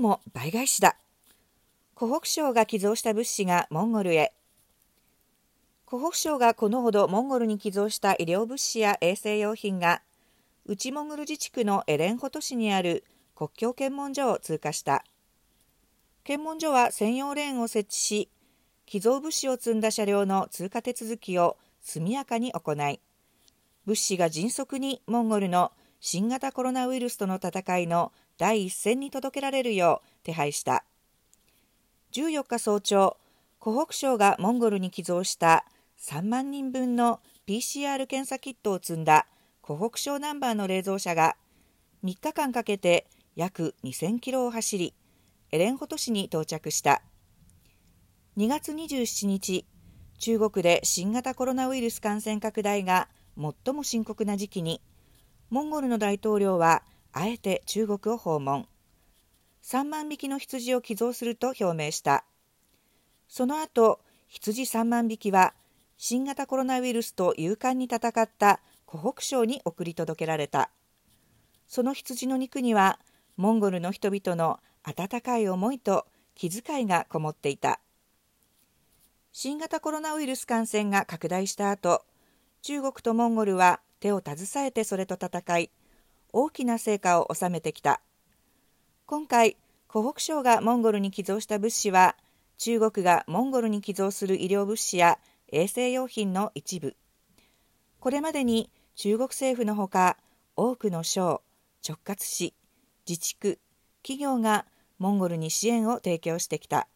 も倍返しだ。湖北省が寄贈した物資がモンゴルへ。湖北省がこのほどモンゴルに寄贈した医療物資や衛生用品が内モンゴル自治区のエレンホト市にある国境検問所を通過した。検問所は専用レーンを設置し、寄贈物資を積んだ車両の通過手続きを速やかに行い、物資が迅速にモンゴルの新型コロナウイルスとの戦いの第一線に届けられるよう手配した。14日早朝、湖北省がモンゴルに寄贈した3万人分の PCR 検査キットを積んだ湖北省ナンバーの冷蔵車が3日間かけて約2000キロを走り、エレンホト市に到着した。2月27日、中国で新型コロナウイルス感染拡大が最も深刻な時期に、モンゴルの大統領はあえて中国を訪問。3万匹の羊を寄贈すると表明した。その後、羊3万匹は新型コロナウイルスと勇敢に戦った湖北省に送り届けられた。その羊の肉にはモンゴルの人々の温かい思いと気遣いがこもっていた。新型コロナウイルス感染が拡大した後、中国とモンゴルは手を携えてそれと戦い、大きな成果を収めてきた。今回、湖北省がモンゴルに寄贈した物資は、中国がモンゴルに寄贈する医療物資や衛生用品の一部。これまでに中国政府のほか、多くの省、直轄市、自治区、企業がモンゴルに支援を提供してきた。